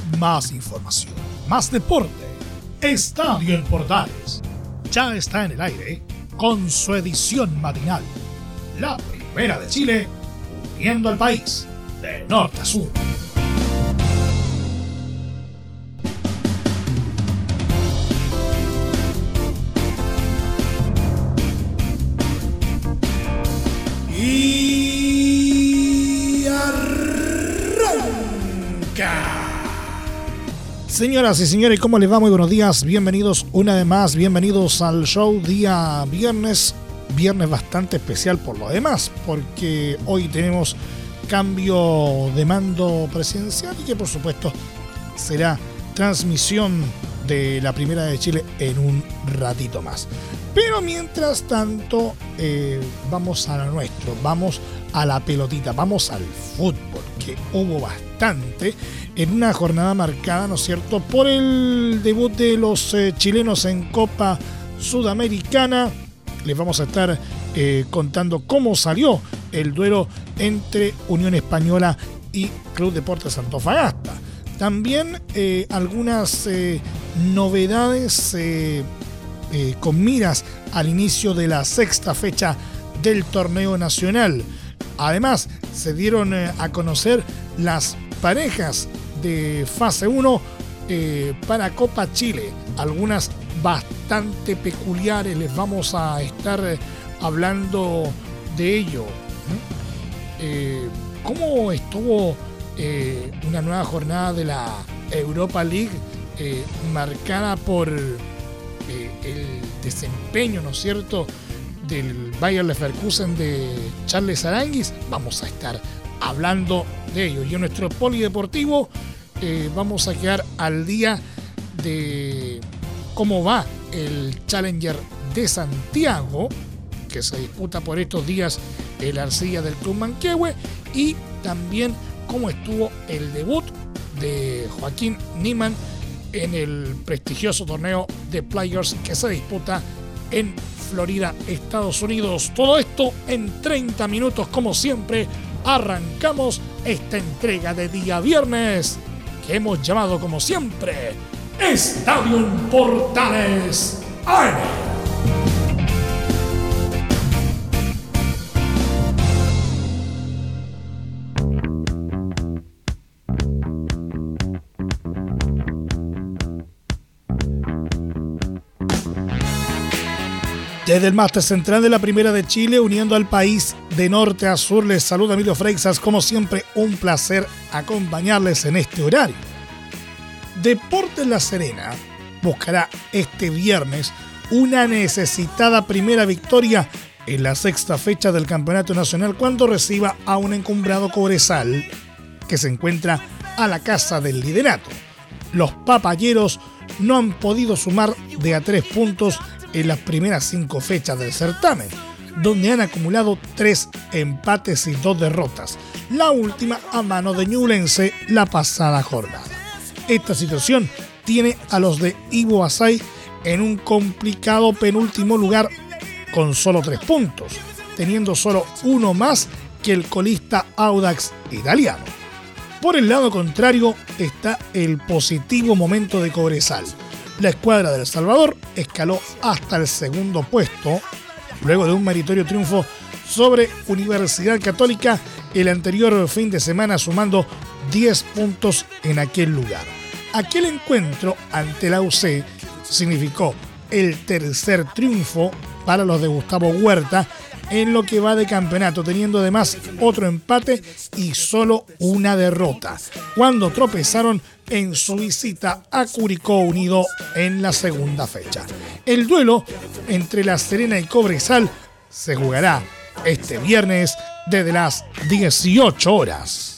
Más información, más deporte. Estadio en Portales ya está en el aire con su edición matinal. La primera de Chile, uniendo al país de norte a sur. Y arranca. Señoras y señores, ¿cómo les va? Muy buenos días, bienvenidos una vez más, bienvenidos al show día viernes bastante especial por lo demás, porque hoy tenemos cambio de mando presidencial y que por supuesto será transmisión de la Primera de Chile en un ratito más. Pero mientras tanto, vamos a lo nuestro, vamos a la pelotita, vamos al fútbol, que hubo bastante en una jornada marcada, ¿no es cierto?, por el debut de los chilenos en Copa Sudamericana. Les vamos a estar contando cómo salió el duelo entre Unión Española y Club Deportes Antofagasta. También algunas novedades con miras al inicio de la sexta fecha del torneo nacional. Además, se dieron a conocer las parejas de fase 1 para Copa Chile, algunas bastante peculiares, les vamos a estar hablando de ello. ¿Cómo estuvo una nueva jornada de la Europa League marcada por el desempeño, ¿no es cierto?, del Bayer Leverkusen de Charles Aranguis? Vamos a estar hablando de ello. Y en nuestro polideportivo vamos a quedar al día de cómo va el Challenger de Santiago, que se disputa por estos días en la arcilla del Club Manquehue, y también cómo estuvo el debut de Joaquín Niemann en el prestigioso torneo de Players que se disputa en Florida, Estados Unidos. Todo esto en 30 minutos, como siempre. Arrancamos esta entrega de día viernes que hemos llamado, como siempre, Estadio en Portales AM. Desde el máster central de la Primera de Chile, uniendo al país de norte a sur, les saluda Emilio Freixas. Como siempre, un placer acompañarles en este horario. Deportes La Serena buscará este viernes una necesitada primera victoria en la sexta fecha del Campeonato Nacional cuando reciba a un encumbrado Cobresal que se encuentra a la casa del liderato. Los papayeros no han podido sumar de a 3 puntos en las primeras 5 fechas del certamen, donde han acumulado 3 empates y 2 derrotas, la última a mano de Ñublense la pasada jornada. Esta situación tiene a los de Ivo Asay en un complicado penúltimo lugar con solo 3 puntos, teniendo solo uno más que el colista Audax italiano. Por el lado contrario está el positivo momento de Cobresal. La escuadra de El Salvador escaló hasta el segundo puesto, luego de un meritorio triunfo sobre Universidad Católica el anterior fin de semana, sumando 10 puntos en aquel lugar. Aquel encuentro ante la UC significó el tercer triunfo para los de Gustavo Huerta en lo que va de campeonato, teniendo además otro empate y solo una derrota, cuando tropezaron en su visita a Curicó Unido en la segunda fecha. El duelo entre La Serena y Cobresal se jugará este viernes desde las 18 horas.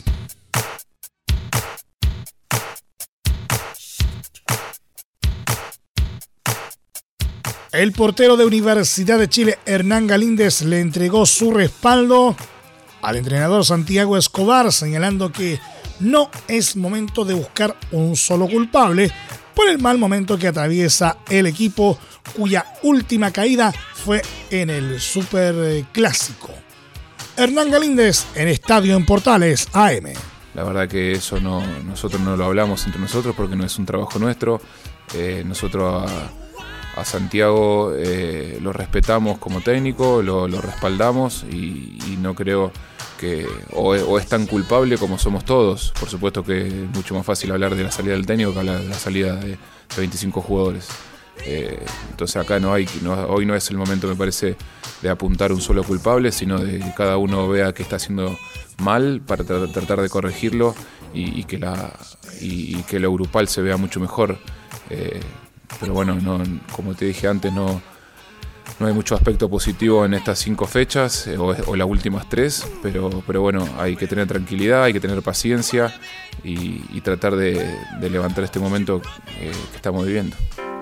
El portero de Universidad de Chile, Hernán Galíndez, le entregó su respaldo al entrenador Santiago Escobar, señalando que no es momento de buscar un solo culpable por el mal momento que atraviesa el equipo, cuya última caída fue en el Superclásico. Hernán Galíndez en Estadio en Portales AM. La verdad que eso nosotros no lo hablamos entre nosotros porque no es un trabajo nuestro. Nosotros a Santiago lo respetamos como técnico, lo respaldamos y no creo que o es tan culpable como somos todos. Por supuesto que es mucho más fácil hablar de la salida del técnico que hablar de la salida de 25 jugadores. Entonces acá hoy no es el momento, me parece, de apuntar un solo culpable, sino de que cada uno vea que está haciendo mal para tratar de corregirlo y que lo grupal se vea mucho mejor. Pero bueno, como te dije antes, no hay mucho aspecto positivo en estas 5 fechas o las últimas 3, pero bueno, hay que tener tranquilidad, hay que tener paciencia y tratar de levantar este momento que estamos viviendo.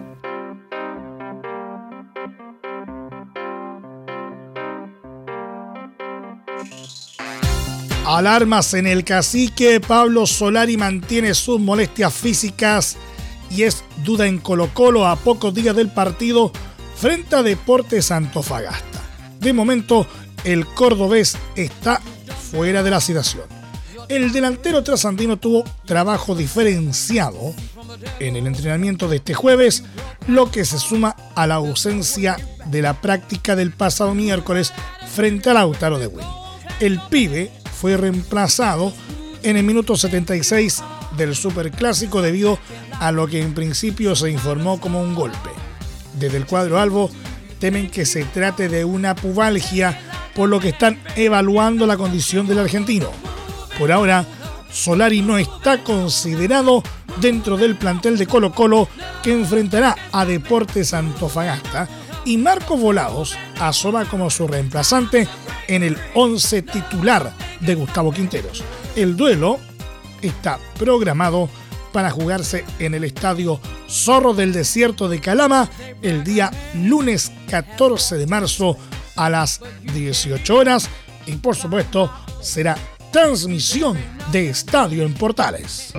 Alarmas en el Cacique. Pablo Solari mantiene sus molestias físicas y es duda en Colo-Colo a pocos días del partido frente a Deportes Antofagasta. De momento, el cordobés está fuera de la citación. El delantero trasandino tuvo trabajo diferenciado en el entrenamiento de este jueves, lo que se suma a la ausencia de la práctica del pasado miércoles frente a Lautaro de Win. El pibe fue reemplazado en el minuto 76 del Superclásico debido a lo que en principio se informó como un golpe. Desde el cuadro albo temen que se trate de una pubalgia, por lo que están evaluando la condición del argentino. Por ahora, Solari no está considerado dentro del plantel de Colo-Colo, que enfrentará a Deportes Antofagasta, y Marco Volados asoma como su reemplazante en el 11 titular de Gustavo Quinteros. El duelo está programado para jugarse en el estadio Zorro del Desierto de Calama el día lunes 14 de marzo a las 18 horas y por supuesto será transmisión de Estadio en Portales.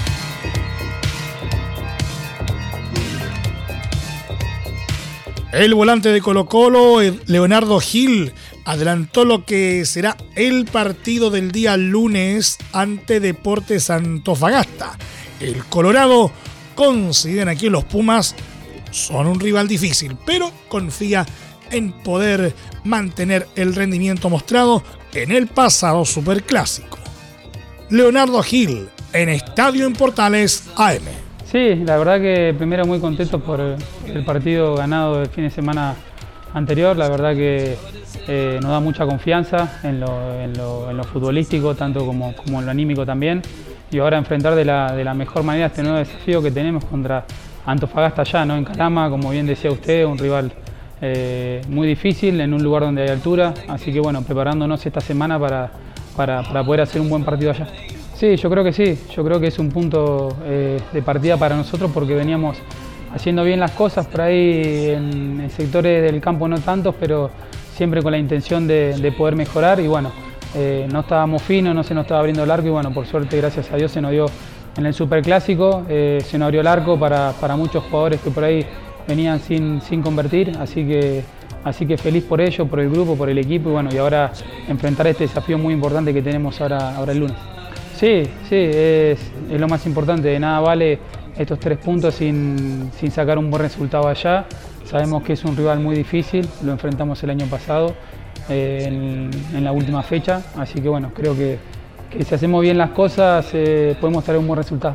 El volante de Colo-Colo, Leonardo Gil, adelantó lo que será el partido del día lunes ante Deportes Antofagasta. El Colorado considera que los Pumas son un rival difícil, pero confía en poder mantener el rendimiento mostrado en el pasado Superclásico. Leonardo Gil, en Estadio en Portales AM. Sí, la verdad que primero muy contento por el partido ganado el fin de semana anterior. La verdad que nos da mucha confianza en lo futbolístico, tanto como en lo anímico también. Y ahora enfrentar de la mejor manera este nuevo desafío que tenemos contra Antofagasta allá, ¿no? En Calama, como bien decía usted, un rival muy difícil en un lugar donde hay altura. Así que bueno, preparándonos esta semana para poder hacer un buen partido allá. Sí, yo creo que sí. Yo creo que es un punto de partida para nosotros porque veníamos haciendo bien las cosas por ahí en sectores del campo no tantos, pero siempre con la intención de poder mejorar y bueno, no estábamos finos, no se nos estaba abriendo el arco y bueno, por suerte, gracias a Dios, se nos dio en el Superclásico, se nos abrió el arco para muchos jugadores que por ahí venían sin convertir, así que feliz por ello, por el grupo, por el equipo y bueno, y ahora enfrentar este desafío muy importante que tenemos ahora el lunes. Sí, es lo más importante, de nada vale estos 3 puntos sin sacar un buen resultado allá. Sabemos que es un rival muy difícil, lo enfrentamos el año pasado en la última fecha, así que bueno, creo que si hacemos bien las cosas podemos traer un buen resultado.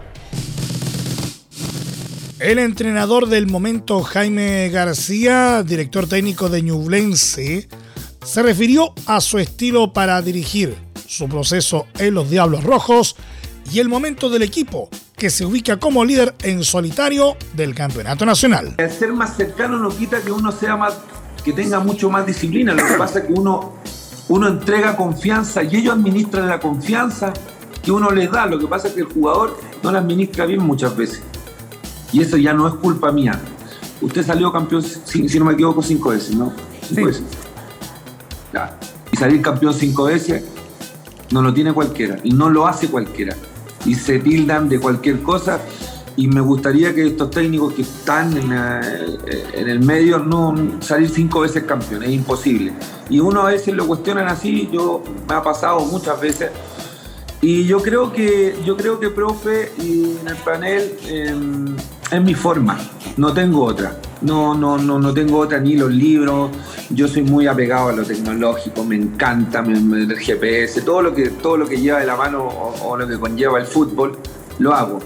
El entrenador del momento, Jaime García, director técnico de Ñublense, se refirió a su estilo para dirigir su proceso en los Diablos Rojos y el momento del equipo, que se ubica como líder en solitario del campeonato nacional. El ser más cercano no quita que uno sea más, que tenga mucho más disciplina. Lo que pasa es que uno entrega confianza y ellos administran la confianza que uno les da. Lo que pasa es que el jugador no la administra bien muchas veces. Y eso ya no es culpa mía. Usted salió campeón, si no me equivoco, 5 veces, ¿no? 5 veces. Ya. Y salir campeón 5 veces no lo tiene cualquiera y no lo hace cualquiera. Y se tildan de cualquier cosa y me gustaría que estos técnicos que están en el medio no salir 5 veces campeón, es imposible. Y uno a veces lo cuestionan así, me ha pasado muchas veces Y yo creo que, profe, y en el panel es mi forma, no tengo otra. No tengo otra, ni los libros. Yo soy muy apegado a lo tecnológico, me encanta el GPS, todo lo que lleva de la mano o lo que conlleva el fútbol, lo hago.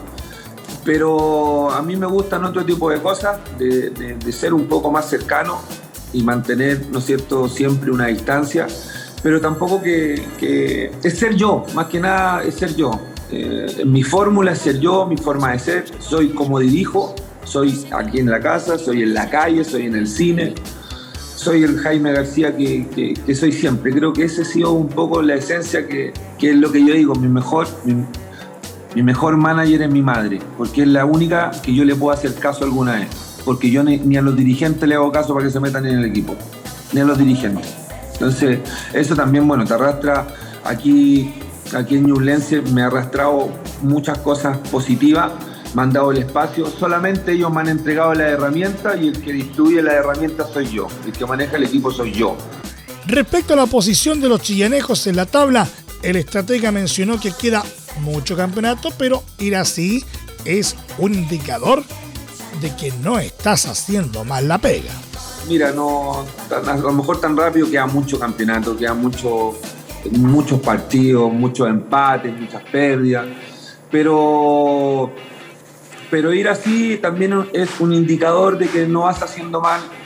Pero a mí me gustan otro tipo de cosas, de ser un poco más cercano y mantener, ¿no es cierto?, siempre una distancia. Pero tampoco que es ser yo, más que nada es ser yo. Mi fórmula es ser yo, mi forma de ser. Soy como dirijo, soy aquí en la casa, soy en la calle, soy en el cine. Soy el Jaime García que soy siempre. Creo que esa ha sido un poco la esencia que es lo que yo digo. Mi mejor manager es mi madre, porque es la única que yo le puedo hacer caso alguna vez. Porque yo ni a los dirigentes le hago caso para que se metan en el equipo, ni a los dirigentes. Entonces, eso también, bueno, te arrastra aquí en Ñublense, me ha arrastrado muchas cosas positivas, me han dado el espacio, solamente ellos me han entregado la herramienta y el que distribuye la herramienta soy yo, el que maneja el equipo soy yo. Respecto a la posición de los chillanejos en la tabla, el estratega mencionó que queda mucho campeonato, pero ir así es un indicador de que no estás haciendo mal la pega. Mira, a lo mejor tan rápido queda mucho campeonato, quedan muchos partidos, muchos empates, muchas pérdidas, pero ir así también es un indicador de que no estás haciendo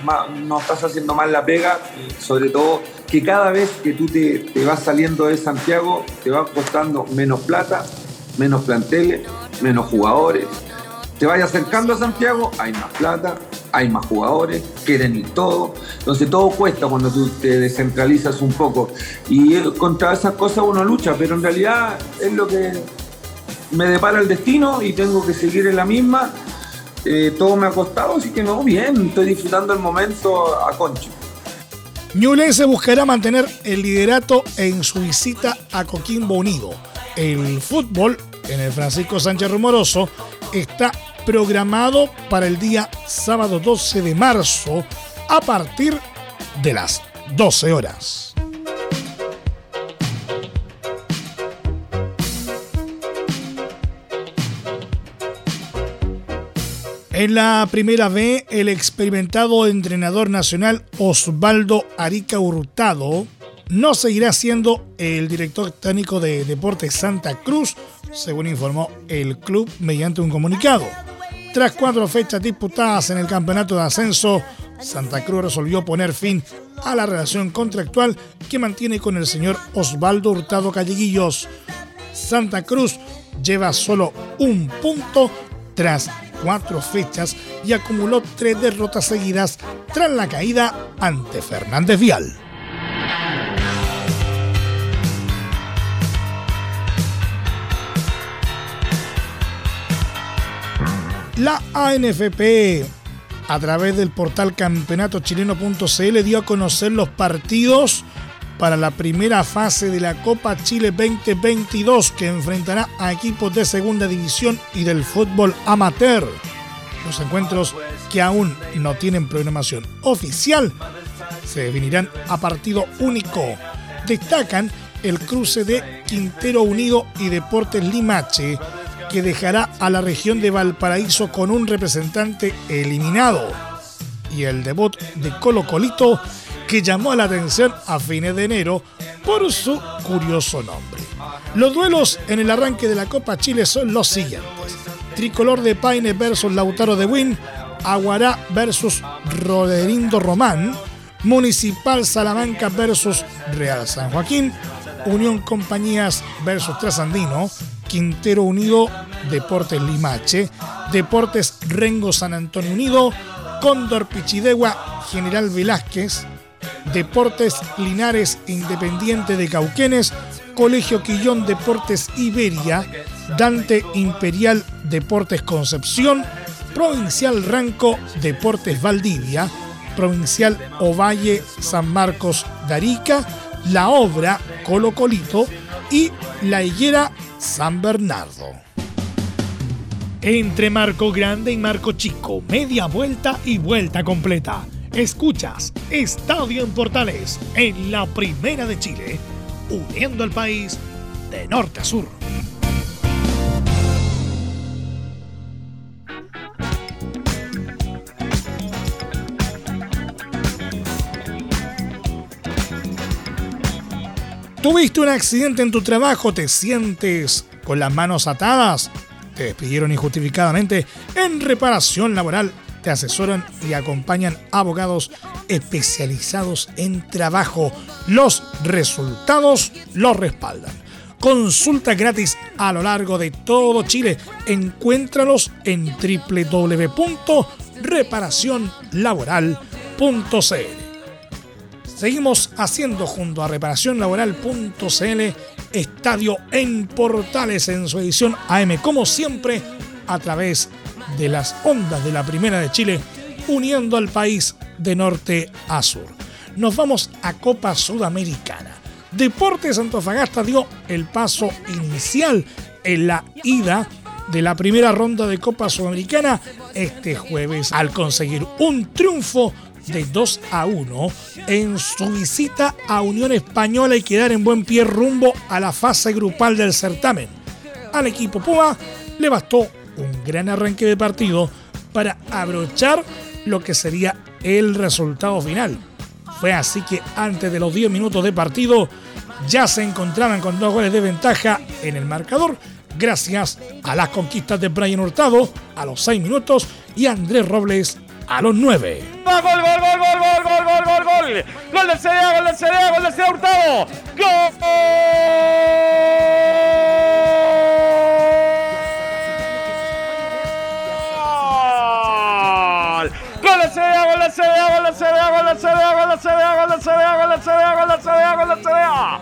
mal la pega, y sobre todo que cada vez que tú te vas saliendo de Santiago te va costando menos plata, menos planteles, menos jugadores. Te vayas acercando a Santiago, hay más plata, hay más jugadores, quieren ir todo. Entonces todo cuesta cuando tú te descentralizas un poco. Y contra esas cosas uno lucha, pero en realidad es lo que me depara el destino y tengo que seguir en la misma. Todo me ha costado, así que no, bien, estoy disfrutando el momento a concho. Ñublense buscará mantener el liderato en su visita a Coquimbo Unido. El fútbol en el Francisco Sánchez Rumoroso está programado para el día sábado 12 de marzo a partir de las 12 horas. En la primera B, el experimentado entrenador nacional Osvaldo Arica Hurtado no seguirá siendo el director técnico de Deportes Santa Cruz, según informó el club mediante un comunicado. Tras 4 fechas disputadas en el campeonato de ascenso, Santa Cruz resolvió poner fin a la relación contractual que mantiene con el señor Osvaldo Hurtado Calleguillos. Santa Cruz lleva solo un punto tras 4 fechas y acumuló 3 derrotas seguidas tras la caída ante Fernández Vial. La ANFP, a través del portal campeonatochileno.cl, dio a conocer los partidos para la primera fase de la Copa Chile 2022, que enfrentará a equipos de segunda división y del fútbol amateur. Los encuentros, que aún no tienen programación oficial, se definirán a partido único. Destacan el cruce de Quintero Unido y Deportes Limache, que dejará a la región de Valparaíso con un representante eliminado, y el debut de Colo Colito, que llamó la atención a fines de enero por su curioso nombre. Los duelos en el arranque de la Copa Chile son los siguientes: Tricolor de Paine versus Lautaro de Buin, Aguará versus Roderindo Román, Municipal Salamanca versus Real San Joaquín, Unión Compañías versus Trasandino, Quintero Unido, Deportes Limache, Deportes Rengo San Antonio Unido, Cóndor Pichidegua, General Velázquez, Deportes Linares Independiente de Cauquenes, Colegio Quillón Deportes Iberia, Dante Imperial Deportes Concepción, Provincial Ranco Deportes Valdivia, Provincial Ovalle San Marcos de Arica, La Obra Colo Colito y La Higuera San Bernardo. Entre Marco Grande y Marco Chico, media vuelta y vuelta completa. Escuchas Estadio en Portales en la Primera de Chile, uniendo al país de norte a sur. ¿Tuviste un accidente en tu trabajo? ¿Te sientes con las manos atadas? ¿Te despidieron injustificadamente? En Reparación Laboral te asesoran y acompañan abogados especializados en trabajo. Los resultados los respaldan. Consulta gratis a lo largo de todo Chile. Encuéntralos en www.reparacionlaboral.cl. Seguimos haciendo junto a reparacionlaboral.cl Estadio en Portales en su edición AM, como siempre, a través de las ondas de la Primera de Chile, uniendo al país de norte a sur. Nos vamos a Copa Sudamericana. Deportes Antofagasta dio el paso inicial en la ida de la primera ronda de Copa Sudamericana este jueves al conseguir un triunfo de 2-1 en su visita a Unión Española y quedar en buen pie rumbo a la fase grupal del certamen. Al equipo Puma le bastó un gran arranque de partido para abrochar lo que sería el resultado final. Fue así que antes de los 10 minutos de partido ya se encontraban con 2 goles de ventaja en el marcador, gracias a las conquistas de Brian Hurtado a los 6 minutos y Andrés Robles a los 9. ¡Gol, gol, gol, gol, gol, gol, gol, gol, gol! ¡Gol del CDA, gol del CDA, gol del CDA Hurtado! ¡Gol! ¡Gol del CDA, gol del CDA, gol del CDA, gol del CDA, gol del CDA, gol del CDA, gol del CDA, gol del CDA, gol del CDA!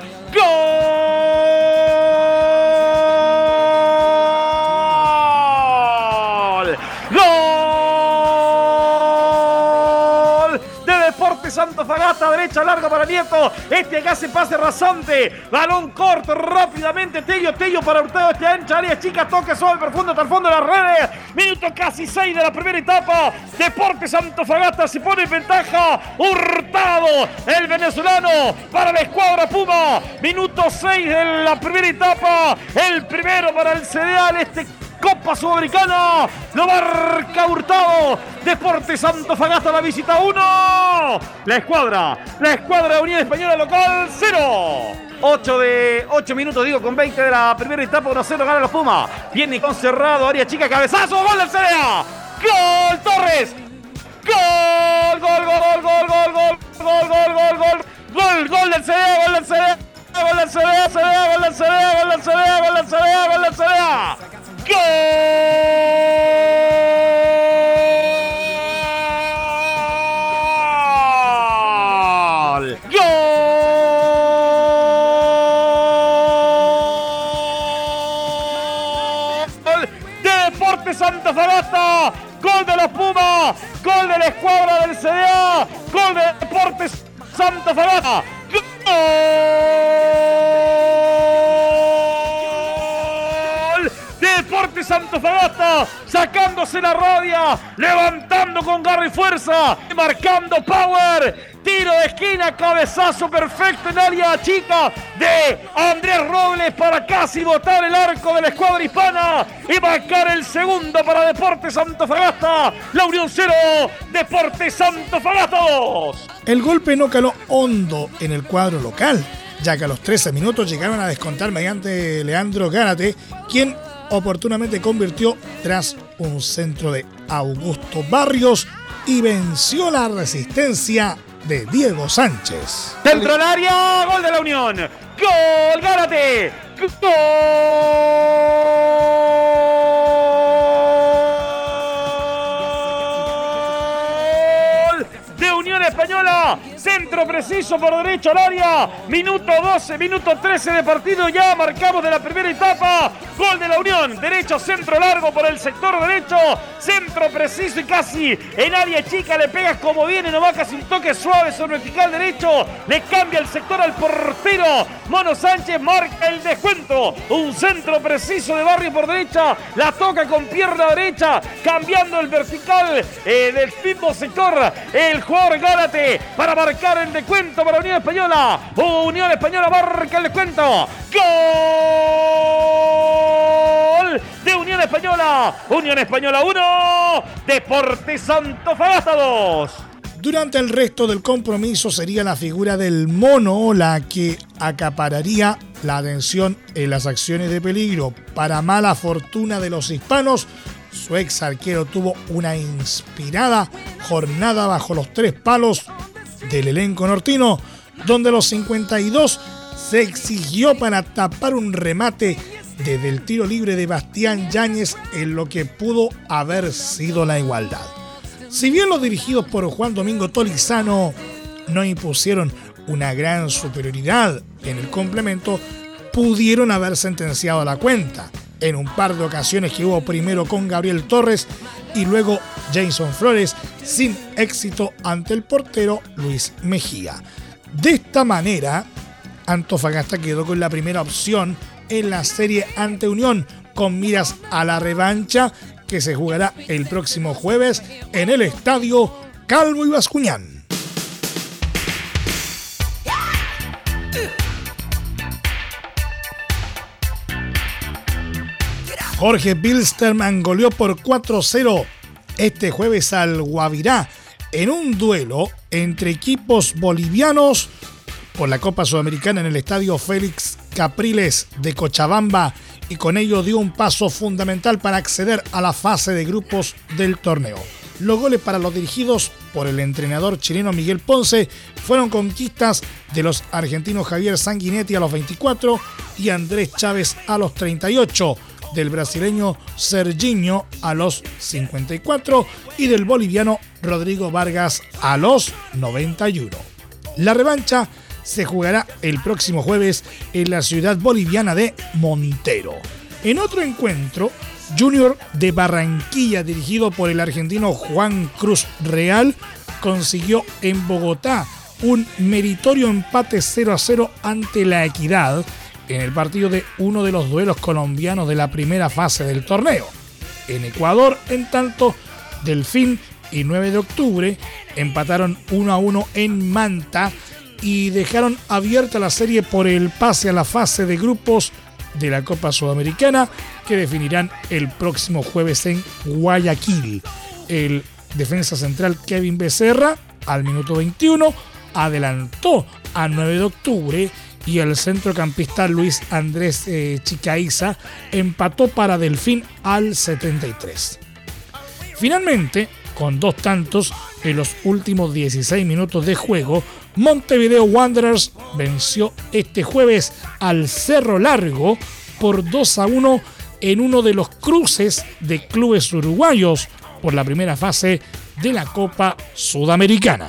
Antofagasta, derecha, larga para Nieto. Acá se pase rasante. Balón corto, rápidamente. Tello para Hurtado. Ancha, área chica, toque suave, profundo hasta el fondo de las redes. Minuto casi 6 de la primera etapa. Deportes Antofagasta se pone en ventaja. Hurtado, el venezolano, para la escuadra Puma. Minuto 6 de la primera etapa. El primero para el CDA Copa Sudamericana, lo marca Hurtado. Deportes Antofagasta, la visita 1. La escuadra de Unión Española local 0. 8 minutos, con 20 de la primera etapa, 1-0 gana los Pumas. Viene con cerrado, área chica, cabezazo, gol del CDA. ¡Gol Torres! ¡Gol! ¡Gol, gol, gol, gol, gol, gol, gol, gol, gol! ¡Gol, gol del CDA, gol del CDA! ¡Gol del CDA, CDA, gol del CDA, gol del CDA, gol del CDA, gol del CDA! ¡Gol! ¡Gol! De Deportes Antofagasta, gol de los Pumas, gol de la escuadra del CDA, gol de Deportes Antofagasta. ¡Gol! Deportes Antofagasta, sacándose la rabia, levantando con garra y fuerza, marcando power, tiro de esquina, cabezazo perfecto en área chica de Andrés Robles para casi botar el arco de la escuadra hispana y marcar el segundo para Deportes Antofagasta. La Unión 0, Deportes Antofagasta 2. El golpe no caló hondo en el cuadro local, ya que a los 13 minutos llegaron a descontar mediante Leandro Gárate, quien oportunamente convirtió tras un centro de Augusto Barrios y venció la resistencia de Diego Sánchez. Dentro del área, gol de la Unión. ¡Gol, Gárate! ¡Gol! De Unión Española. Centro preciso por derecha al área. Minuto 12, minuto 13 de partido. Ya marcamos de la primera etapa. Gol de la Unión. Derecho, centro largo por el sector derecho. Centro preciso y casi en área chica. Le pega como viene. No va casi un toque suave sobre el vertical derecho. Le cambia el sector al portero. Mono Sánchez marca el descuento. Un centro preciso de Barrio por derecha. La toca con pierna derecha. Cambiando el vertical del mismo sector. El jugador Gárate para marcar el descuento para Unión Española. Unión Española marca el descuento. ¡Gol! De Unión Española. Unión Española 1. Deportes Antofagasta 2. Durante el resto del compromiso sería la figura del Mono la que acapararía la atención en las acciones de peligro. Para mala fortuna de los hispanos, su ex arquero tuvo una inspirada jornada bajo los 3 palos del elenco nortino, donde los 52 se exigió para tapar un remate desde el tiro libre de Bastián Yáñez en lo que pudo haber sido la igualdad. Si bien los dirigidos por Juan Domingo Tolizano no impusieron una gran superioridad en el complemento, pudieron haber sentenciado la cuenta en un par de ocasiones que hubo, primero con Gabriel Torres y luego Jason Flores, sin éxito ante el portero Luis Mejía. De esta manera, Antofagasta quedó con la primera opción en la serie ante Unión, con miras a la revancha que se jugará el próximo jueves en el estadio Calvo y Bascuñán. Jorge Bilsterman goleó por 4-0 este jueves al Guavirá en un duelo entre equipos bolivianos por la Copa Sudamericana en el estadio Félix Capriles de Cochabamba, y con ello dio un paso fundamental para acceder a la fase de grupos del torneo. Los goles para los dirigidos por el entrenador chileno Miguel Ponce fueron conquistas de los argentinos Javier Sanguinetti a los 24 y Andrés Chávez a los 38, del brasileño Serginho a los 54 y del boliviano Rodrigo Vargas a los 91. La revancha se jugará el próximo jueves en la ciudad boliviana de Montero. En otro encuentro, Junior de Barranquilla, dirigido por el argentino Juan Cruz Real, consiguió en Bogotá un meritorio empate 0-0 ante La Equidad en el partido de uno de los duelos colombianos de la primera fase del torneo. En Ecuador, en tanto, Delfín y 9 de octubre empataron 1-1 en Manta y dejaron abierta la serie por el pase a la fase de grupos de la Copa Sudamericana, que definirán el próximo jueves en Guayaquil. El defensa central Kevin Becerra, al minuto 21, adelantó a 9 de octubre y el centrocampista Luis Andrés Chicaiza empató para Delfín al 73. Finalmente, con 2 tantos en los últimos 16 minutos de juego, Montevideo Wanderers venció este jueves al Cerro Largo por 2-1 en uno de los cruces de clubes uruguayos por la primera fase de la Copa Sudamericana.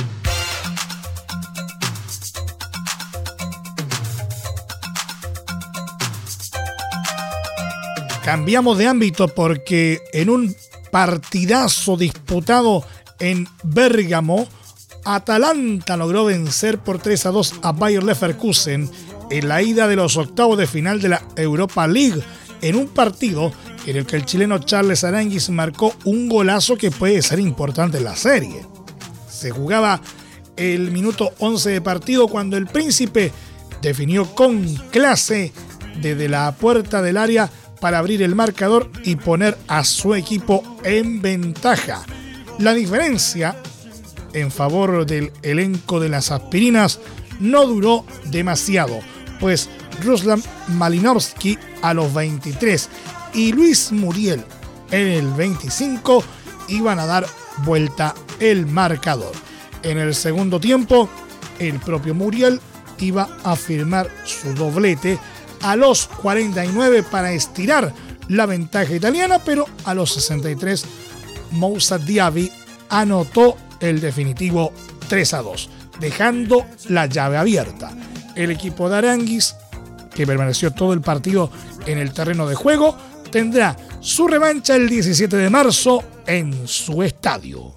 Cambiamos de ámbito porque en un partidazo disputado en Bérgamo, Atalanta logró vencer por 3-2 a Bayer Leverkusen en la ida de los octavos de final de la Europa League, en un partido en el que el chileno Charles Aránguiz marcó un golazo que puede ser importante en la serie. Se jugaba el minuto 11 de partido cuando el Príncipe definió con clase desde la puerta del área para abrir el marcador y poner a su equipo en ventaja. La diferencia en favor del elenco de las Aspirinas no duró demasiado, pues Ruslan Malinovsky a los 23 y Luis Muriel en el 25 iban a dar vuelta el marcador. En el segundo tiempo, el propio Muriel iba a firmar su doblete a los 49 para estirar la ventaja italiana, pero a los 63 Moussa Diaby anotó el definitivo 3-2, dejando la llave abierta. El equipo de Aránguiz, que permaneció todo el partido en el terreno de juego, tendrá su revancha el 17 de marzo en su estadio.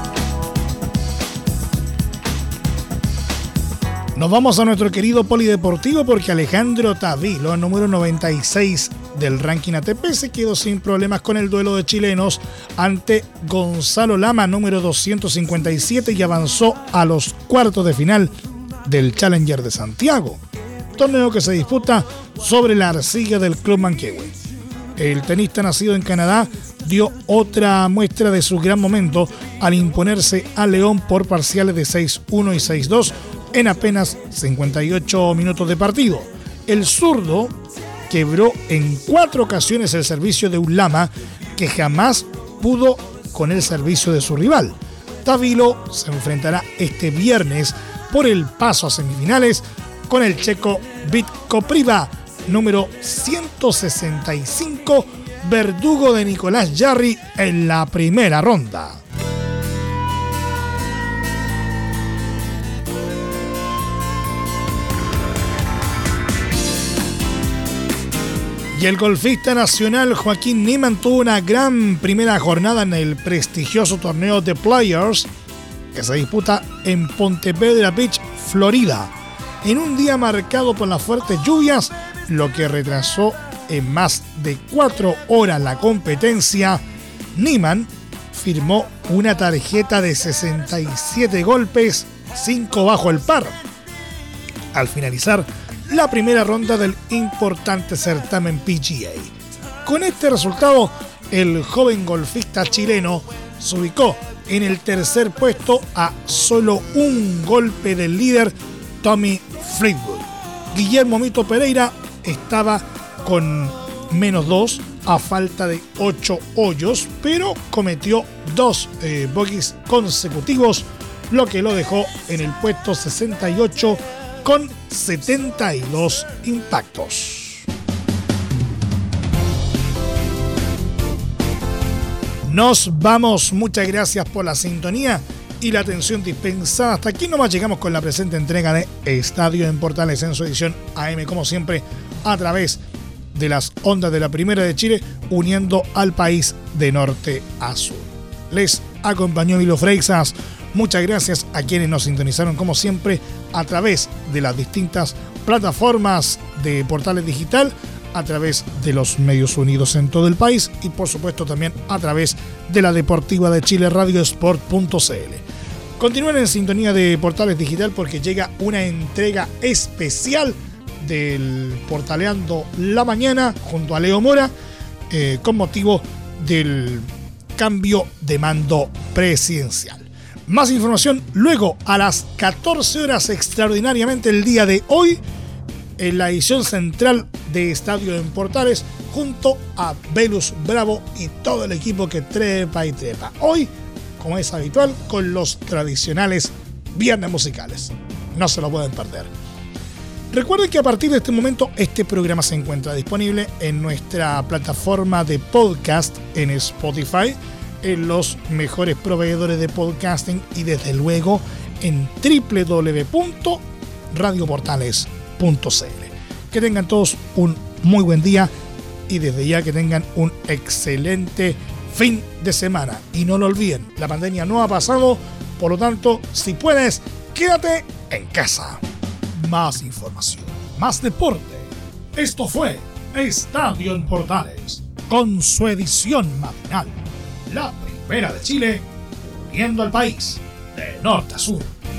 Nos vamos a nuestro querido polideportivo porque Alejandro Tavilo, número 96 del ranking ATP, se quedó sin problemas con el duelo de chilenos ante Gonzalo Lama, número 257, y avanzó a los cuartos de final del Challenger de Santiago, torneo que se disputa sobre la arcilla del Club Manquehue. El tenista nacido en Canadá dio otra muestra de su gran momento al imponerse a León por parciales de 6-1 y 6-2 en apenas 58 minutos de partido. El zurdo quebró en 4 ocasiones el servicio de un lama que jamás pudo con el servicio de su rival. Tavilo se enfrentará este viernes por el paso a semifinales con el checo Vít Kopriva, número 165, verdugo de Nicolás Jarry en la primera ronda. Y el golfista nacional Joaquín Niemann tuvo una gran primera jornada en el prestigioso torneo The Players que se disputa en Ponte Vedra Beach, Florida, en un día marcado por las fuertes lluvias, lo que retrasó en más de 4 horas la competencia. Niemann firmó una tarjeta de 67 golpes, 5 bajo el par. Al finalizar la primera ronda del importante certamen PGA. Con este resultado, el joven golfista chileno se ubicó en el tercer puesto a solo un golpe del líder Tommy Fleetwood. Guillermo Mito Pereira estaba con -2 a falta de 8 hoyos, pero cometió 2 bogies consecutivos, lo que lo dejó en el puesto 68 con 72 impactos. Nos vamos, muchas gracias por la sintonía y la atención dispensada. Hasta aquí nomás llegamos con la presente entrega de Estadio en Portales en su edición AM, como siempre, a través de las ondas de la Primera de Chile, uniendo al país de norte a sur. Les acompañó Milo Freixas. Muchas gracias a quienes nos sintonizaron como siempre a través de las distintas plataformas de Portales Digital, a través de los medios unidos en todo el país y por supuesto también a través de la Deportiva de Chile Radiosport.cl. Continúen en sintonía de Portales Digital porque llega una entrega especial del Portaleando la Mañana junto a Leo Mora con motivo del cambio de mando presidencial. Más información luego a las 14 horas extraordinariamente el día de hoy en la edición central de Estadio en Portales junto a Velus Bravo y todo el equipo que trepa y trepa. Hoy, como es habitual, con los tradicionales viernes musicales. No se lo pueden perder. Recuerden que a partir de este momento este programa se encuentra disponible en nuestra plataforma de podcast en Spotify, en los mejores proveedores de podcasting y desde luego en www.radioportales.cl. Que tengan todos un muy buen día y desde ya que tengan un excelente fin de semana. Y no lo olviden, la pandemia no ha pasado, por lo tanto, si puedes, quédate en casa. Más información, más deporte. Esto fue Estadio en Portales, con su edición matinal. La Primera de Chile, uniendo al país de norte a sur.